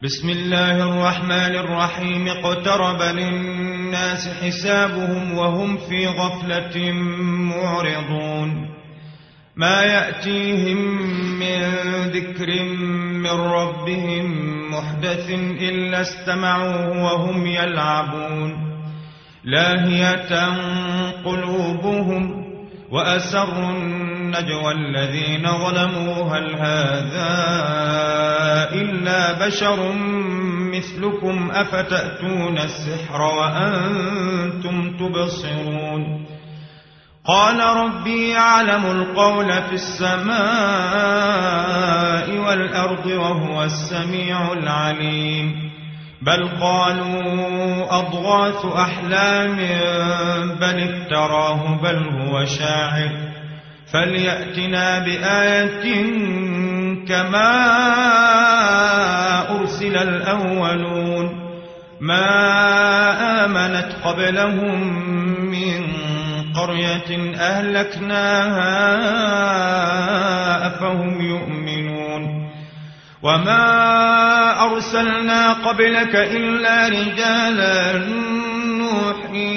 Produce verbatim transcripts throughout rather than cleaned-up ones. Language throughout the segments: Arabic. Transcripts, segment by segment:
بسم الله الرحمن الرحيم. اقترب للناس حسابهم وهم في غفلة معرضون. ما يأتيهم من ذكر من ربهم محدث إلا استمعوه وهم يلعبون. لاهية قلوبهم وأسروا النجوى الذين ظلموا هل هذا إلا بشر مثلكم أفتأتون السحر وأنتم تبصرون. قال ربي يعلم القول في السماء والأرض وهو السميع العليم. بل قالوا أضغاث أحلام بل افتراه بل هو شاعر فليأتنا بآية كما أرسل الأولون. ما آمنت قبلهم من قرية أهلكناها أفهم يؤمنون. وما أرسلنا قبلك إلا رجالا نوحي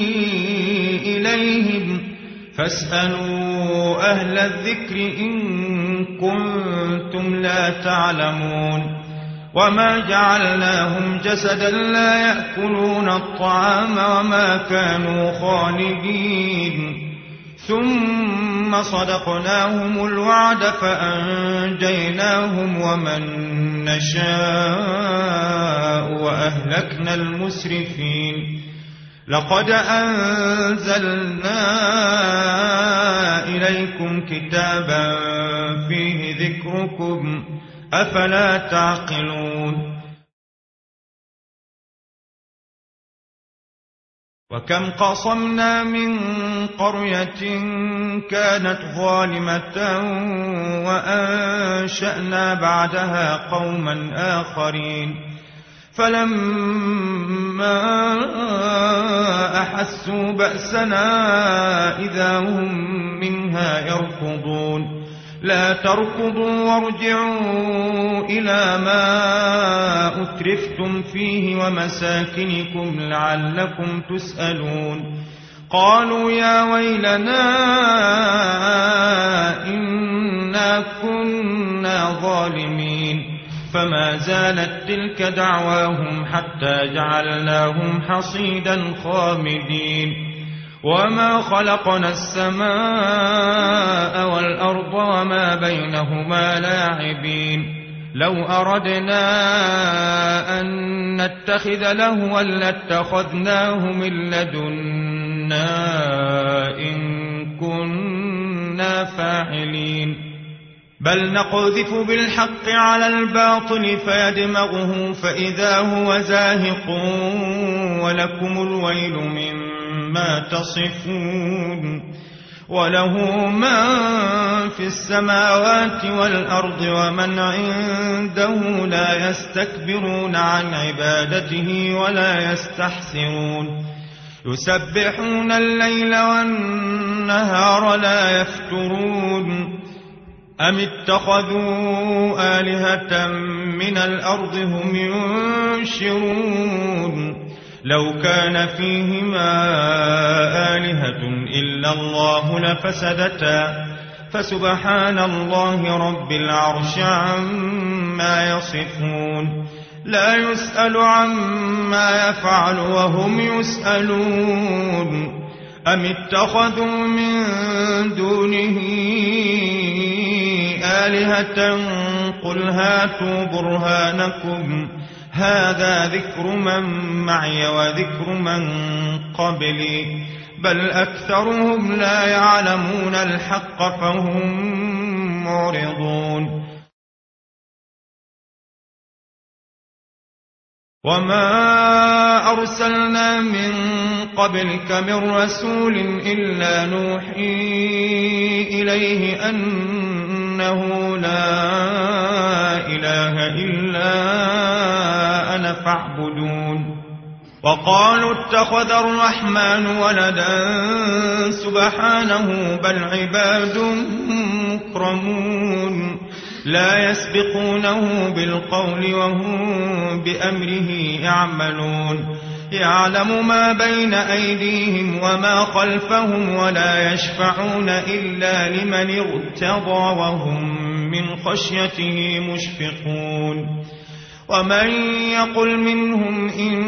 إليهم فاسألوا أهل الذكر إن كنتم لا تعلمون. وما جعلناهم جسدا لا يأكلون الطعام وما كانوا خالدين. ثم صدقناهم الوعد فأنجيناهم ومن نشاء وأهلكنا المسرفين. لقد أنزلنا إليكم كتابا فيه ذكركم أفلا تعقلون. وكم قصمنا من قرية كانت ظالمة وأنشأنا بعدها قوما آخرين فلما أحسوا بأسنا إذا هم منها يركضون. لا تركضوا وارجعوا إلى ما أترفتم فيه ومساكنكم لعلكم تسألون. قالوا يا ويلنا إنا كنا ظالمين. فما زالت تلك دعواهم حتى جعلناهم حصيدا خامدين. وما خلقنا السماء والأرض وما بينهما لاعبين. لو أردنا أن نتخذ لهوا لاتخذناه من لدنا إن كنا فاعلين. بل نقذف بالحق على الباطل فيدمغه فإذا هو زاهق ولكم الويل مما تصفون. وله من في السماوات والأرض ومن عنده لا يستكبرون عن عبادته ولا يستحسرون. يسبحون الليل والنهار لا يفترون. أم اتخذوا آلهة من الأرض هم ينشرون. لو كان فيهما آلهة إلا الله لفسدتا فسبحان الله رب العرش عما يصفون. لا يسأل عما يفعل وهم يسألون. أم اتخذوا من دونه آلهة قل هاتوا برهانكم هذا ذكر من معي وذكر من قبلي بل أكثرهم لا يعلمون الحق فهم معرضون. وما أرسلنا من قبلك من رسول إلا نوحي إليه أنه لا إله إلا أنا فاعبدون. وقالوا اتخذ الرحمن ولدا سبحانه بل عباد مكرمون لا يسبقونه بالقول وهم بأمره يعملون يعلم ما بين أيديهم وما خلفهم ولا يشفعون إلا لمن ارتضى وهم من خشيته مشفقون ومن يقل منهم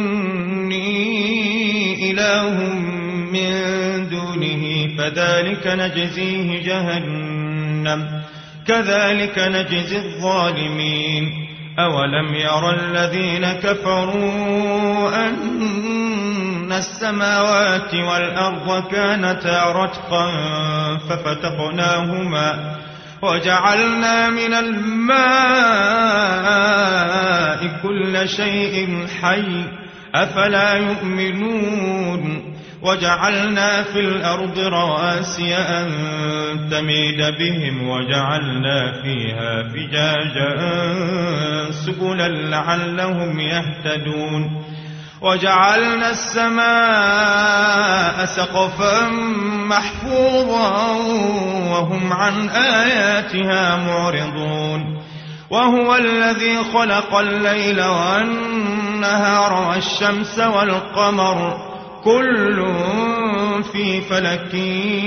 إني إله من دونه فذلك نجزيه جهنم كذلك نجزي الظالمين أولم يرى الذين كفروا أن السماوات والأرض كانتا رتقا ففتقناهما وجعلنا من الماء كل شيء حي أفلا يؤمنون وجعلنا في الأرض رواسي أن تميد بهم وجعلنا فيها فجاجا سبلا لعلهم يهتدون وجعلنا السماء سقفا محفوظا وهم عن آياتها معرضون وهو الذي خلق الليل والنهار والشمس والقمر كل في فلك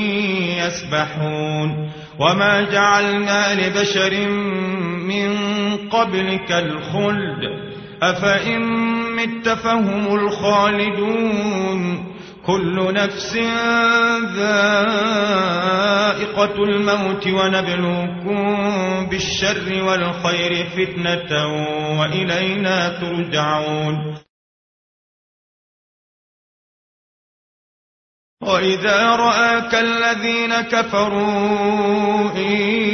يسبحون وما جعلنا لبشر من قبلك الخلد أفإن مت فهم الخالدون كل نفس ذائقة الموت ونبلوكم بالشر والخير فتنة وإلينا ترجعون وإذا رآك الذين كفروا إن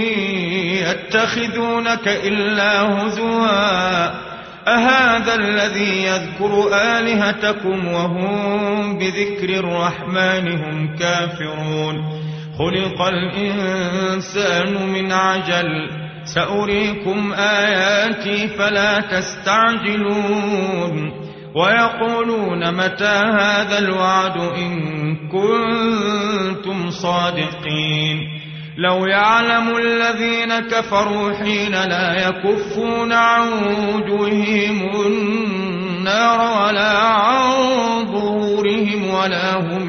يتخذونك إلا هزوا أهذا الذي يذكر آلهتكم وهم بذكر الرحمن هم كافرون خلق الإنسان من عجل سأريكم آياتي فلا تستعجلون ويقولون متى هذا الوعد إن كنتم صادقين لو يعلم الذين كفروا حين لا يكفون عن وجوههم النار ولا عن ظهورهم ولا هم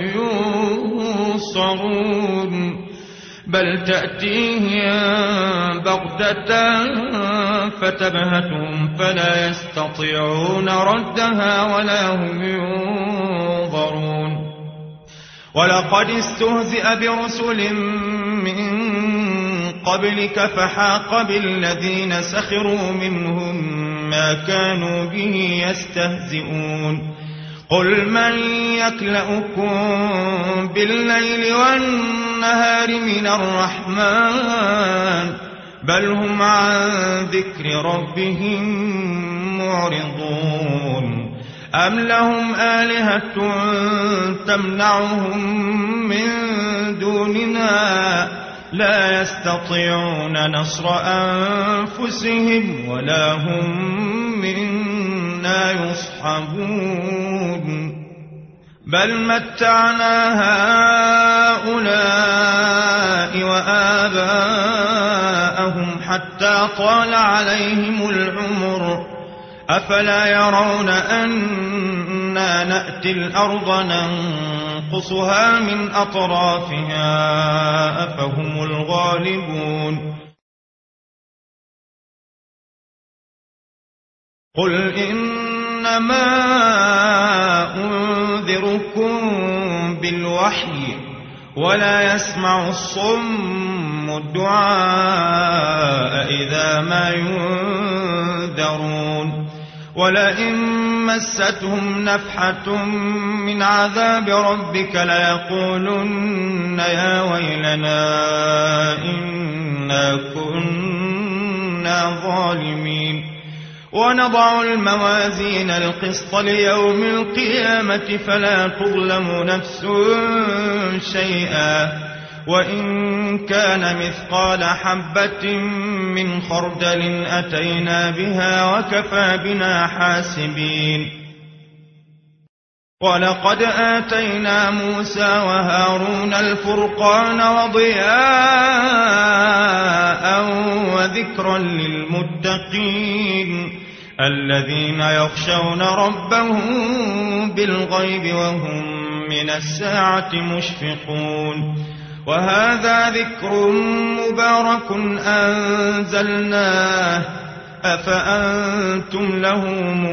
ينصرون بل تأتيهم بغتة فتبهتهم فلا يستطيعون ردها ولا هم ينظرون ولقد استهزئ برسل من قبلك فحاق بالذين سخروا منهم ما كانوا به يستهزئون قل من يكلؤكم بالليل والنهار من الرحمن بل هم عن ذكر ربهم معرضون أم لهم آلهة تمنعهم من دوننا لا يستطيعون نصر أنفسهم ولا هم منا يصحبون بل متعنا هؤلاء وآباءهم حتى طال عليهم العمر أفلا يرون أنا نأتي الأرض ننقصها من أطرافها أفهم الغالبون قل إنما أنذركم بالوحي ولا يسمع الصم الدعاء إذا ما ينذرون ولئن مستهم نفحة من عذاب ربك ليقولن يا ويلنا إنا كنا ظالمين ونضع الموازين القسط ليوم القيامة فلا تظلم نفس شيئا وإن كان مثقال حبة من خردل أتينا بها وكفى بنا حاسبين ولقد آتينا موسى وهارون الفرقان وضياء وذكرا للمتقين الذين يخشون ربهم بالغيب وهم من الساعة مشفقون. وهذا ذكر مبارك أنزلناه أفأنتم له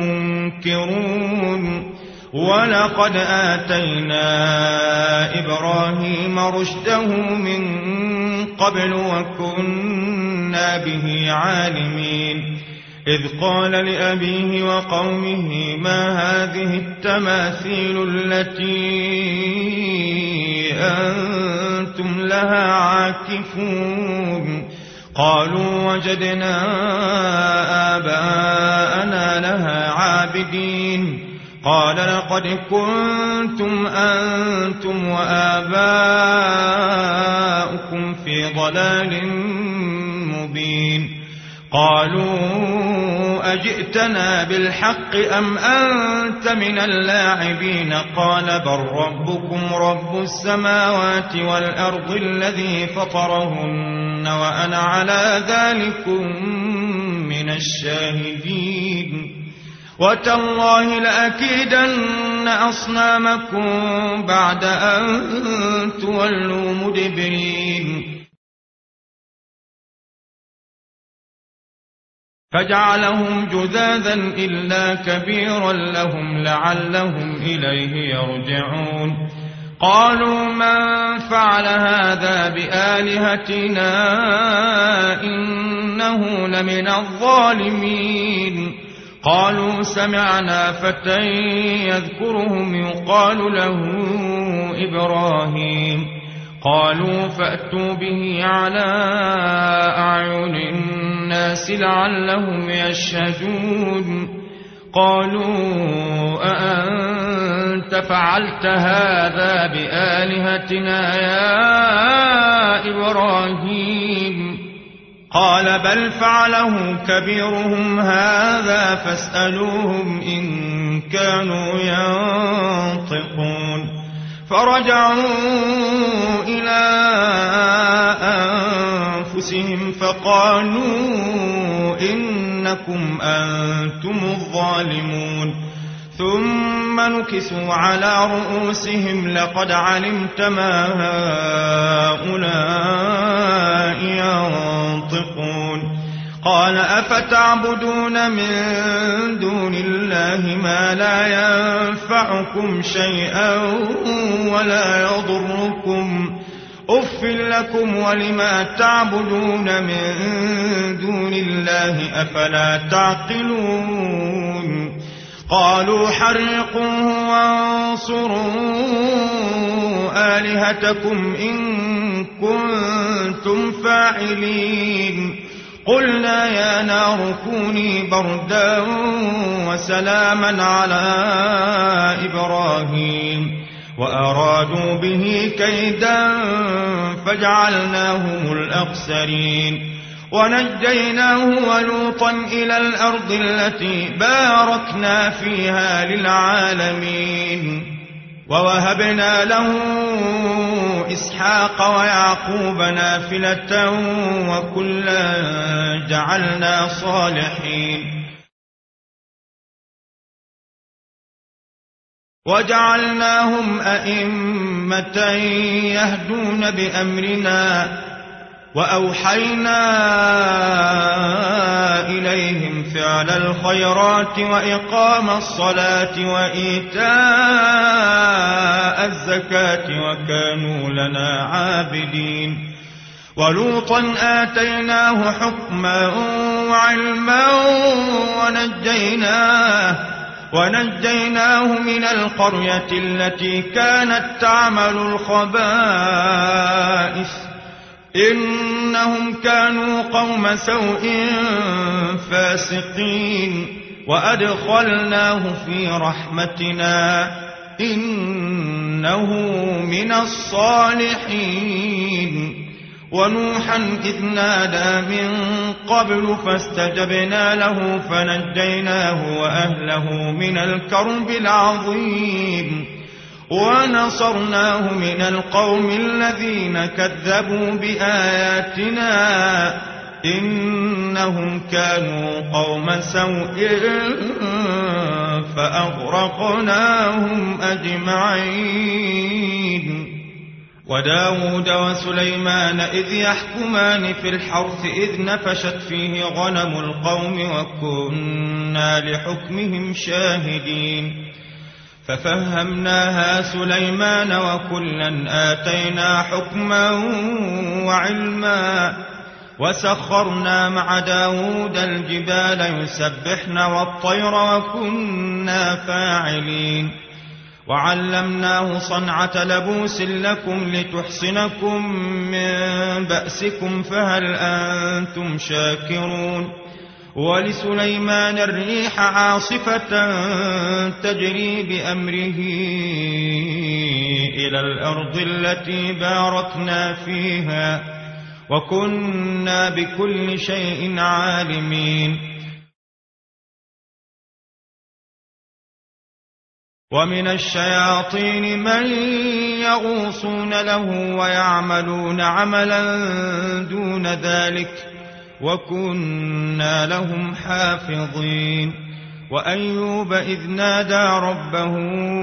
منكرون. ولقد آتينا إبراهيم رشده من قبل وكنا به عالمين إذ قال لأبيه وقومه ما هذه التماثيل التي أنتم لها عاكفون قالوا وجدنا آباءنا لها عابدين قال لقد كنتم أنتم وآباؤكم في ضلال مبين. قالوا أجئتنا بالحق أم أنت من اللاعبين قال بل ربكم رب السماوات والأرض الذي فطرهن وأنا على ذلكم من الشاهدين. وتالله لأكيدن أصنامكم بعد أن تولوا مدبرين. فجعلهم جذاذا إلا كبيرا لهم لعلهم إليه يرجعون. قالوا من فعل هذا بآلهتنا إنه لمن الظالمين. قالوا سمعنا فتى يذكرهم يقال له إبراهيم. قالوا فأتوا به على أعين الناس لعلهم يشهدون. قالوا أأنت فعلت هذا بآلهتنا يا إبراهيم قال بل فعله كبيرهم هذا فاسألوهم إن كانوا ينطقون. فرجعوا إلى أنفسهم فقالوا إنكم أنتم الظالمون. ثم نكسوا على رؤوسهم لقد علمت ما هؤلاء ينطقون. قال أفتعبدون من دون الله ما لا ينفعكم شيئا ولا يضركم أف لكم ولما تعبدون من دون الله أفلا تعقلون. قالوا حرقوه وانصروا آلهتكم إن كنتم فاعلين. قلنا يا نار كوني بردا وسلاما على إبراهيم وأرادوا به كيدا فجعلناهم الأخسرين. ونجيناه ولوطا إلى الأرض التي باركنا فيها للعالمين. ووهبنا له إسحاق ويعقوب نافلة وكلا جعلنا صالحين. وجعلناهم أئمة يهدون بأمرنا وأوحينا إليهم فعل الخيرات وإقام الصلاة وإيتاء الزكاة وكانوا لنا عابدين. ولوطا آتيناه حكما وعلما ونجيناه ونجيناه من القرية التي كانت تعمل الخبائث إنهم كانوا قوم سوء فاسقين. وأدخلناه في رحمتنا إنه من الصالحين. ونوحا إذ نادى من قبل فاستجبنا له فنجيناه وأهله من الكرب العظيم ونصرناه من القوم الذين كذبوا بآياتنا إنهم كانوا قوم سوء فأغرقناهم أجمعين. وداود وسليمان إذ يحكمان في الحرث إذ نفشت فيه غنم القوم وكنا لحكمهم شاهدين ففهمناها سليمان وكلا آتينا حكما وعلما وسخرنا مع داود الجبال يسبحن والطير وكنا فاعلين وعلمناه صنعة لبوس لكم لتحصنكم من بأسكم فهل أنتم شاكرون. ولسليمان الريح عاصفة تجري بأمره إلى الأرض التي باركنا فيها وكنا بكل شيء عالمين. ومن الشياطين من يغوصون له ويعملون عملا دون ذلك وكنا لهم حافظين. وأيوب إذ نادى ربه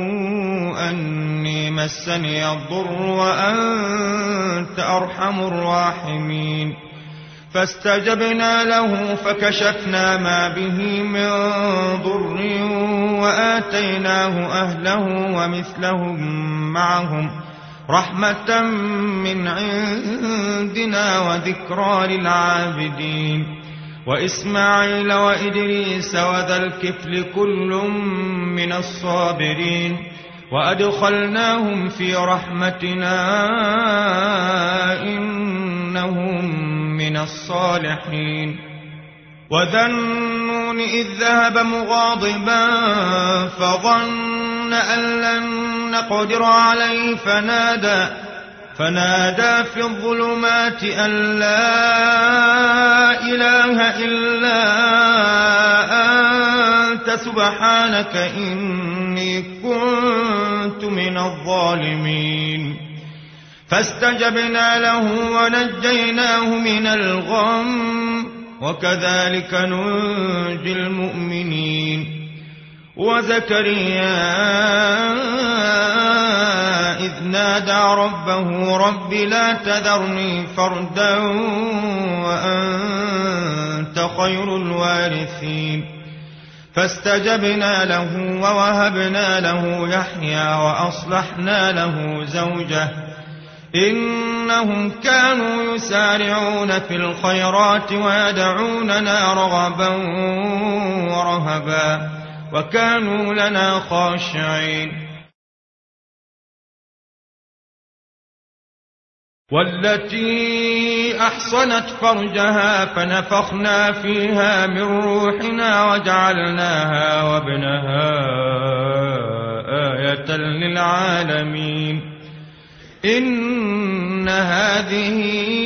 أني مسني الضر وأنت أرحم الراحمين فاستجبنا له فكشفنا ما به من ضر وآتيناه أهله ومثلهم معهم رحمة من عندنا وذكرى للعابدين. وإسماعيل وإدريس وذا الكفل كل من الصابرين وأدخلناهم في رحمتنا إنهم من الصالحين. وذا النون إذ ذهب مغاضبا فظن أن لن نقدر عليه فنادى فنادى في الظلمات أن لا إله إلا أنت سبحانك إني كنت من الظالمين فاستجبنا له ونجيناه من الغم وكذلك ننجي المؤمنين. وزكريا إذ نادى ربه رب لا تذرني فردا وأنت خير الوارثين فاستجبنا له ووهبنا له يحيى وأصلحنا له زوجه إنهم كانوا يسارعون في الخيرات ويدعوننا رغبا ورهبا وكانوا لنا خاشعين. والتي أحصنت فرجها فنفخنا فيها من روحنا وجعلناها وابنها آية للعالمين. إن هذه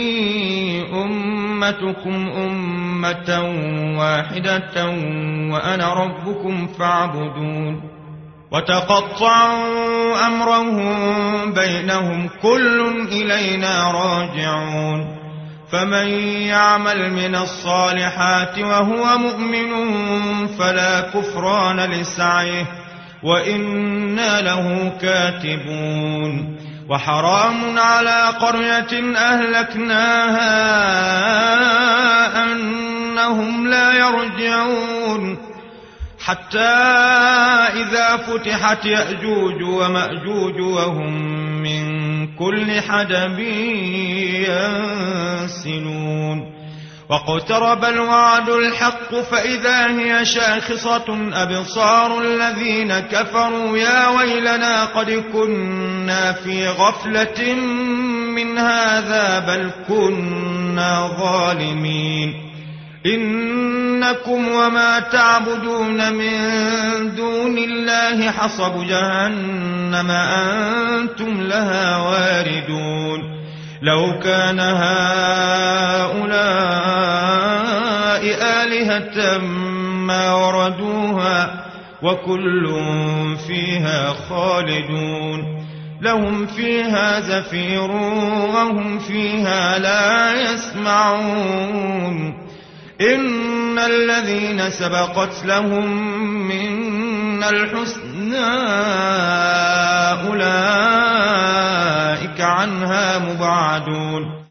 أمتكم أمة واحدة وأنا ربكم فاعبدون. وتقطعوا أمرهم بينهم كل إلينا راجعون. فمن يعمل من الصالحات وهو مؤمن فلا كفران لسعيه وإنا له كاتبون. وحرام على قرية أهلكناها أنهم لا يرجعون حتى إذا فتحت يأجوج ومأجوج وهم من كل حدب ينسلون. واقترب الوعد الحق فإذا هي شاخصة أبصار الذين كفروا يا ويلنا قد كنا في غفلة من هذا بل كنا ظالمين. إنكم وما تعبدون من دون الله حصب جهنم أنتم لها واردون. لو كان هؤلاء آلهة ما وردوها وكل فيها خالدون لهم فيها زفير وهم فيها لا يسمعون إن الذين سبقت لهم منا الحسنى أولئك عنها مبعدون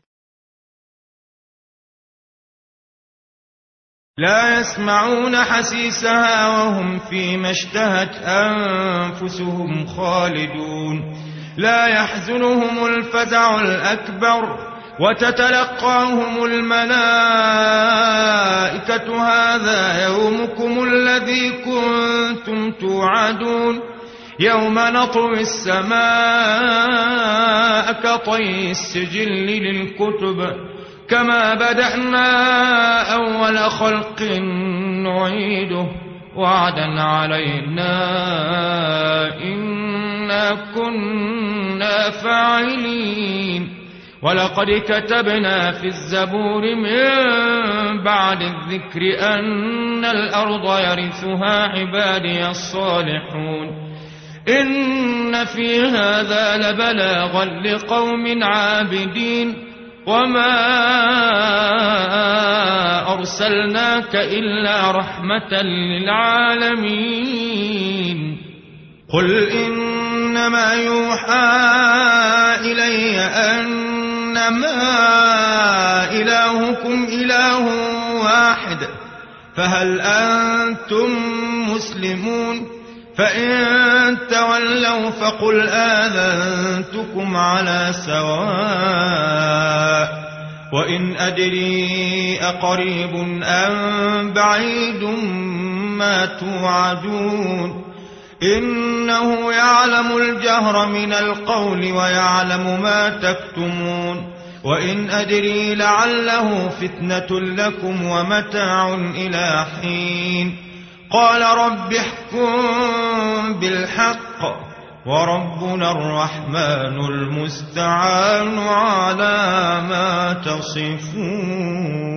لا يسمعون حسيسها وهم فيما اشتهت أنفسهم خالدون لا يحزنهم الفزع الأكبر وتتلقاهم الملائكة هذا يومكم الذي كنتم توعدون يوم نطوي السماء كطي السجل للكتب كما بدأنا أول خلق نعيده وعدا علينا إنا كنا فاعلين ولقد كتبنا في الزبور من بعد الذكر أن الأرض يرثها عبادي الصالحون إن في هذا لبلاغا لقوم عابدين وما أرسلناك إلا رحمة للعالمين قل إنما يوحى إلي أنما إلهكم إله واحد فهل أنتم مسلمون فإن تولوا فقل آذنتكم على سواء وإن أدري أقريب أم بعيد ما توعدون إنه يعلم الجهر من القول ويعلم ما تكتمون وإن أدري لعله فتنة لكم ومتاع إلى حين قال رب احكم بالحق وربنا الرحمن المستعان على ما تصفون.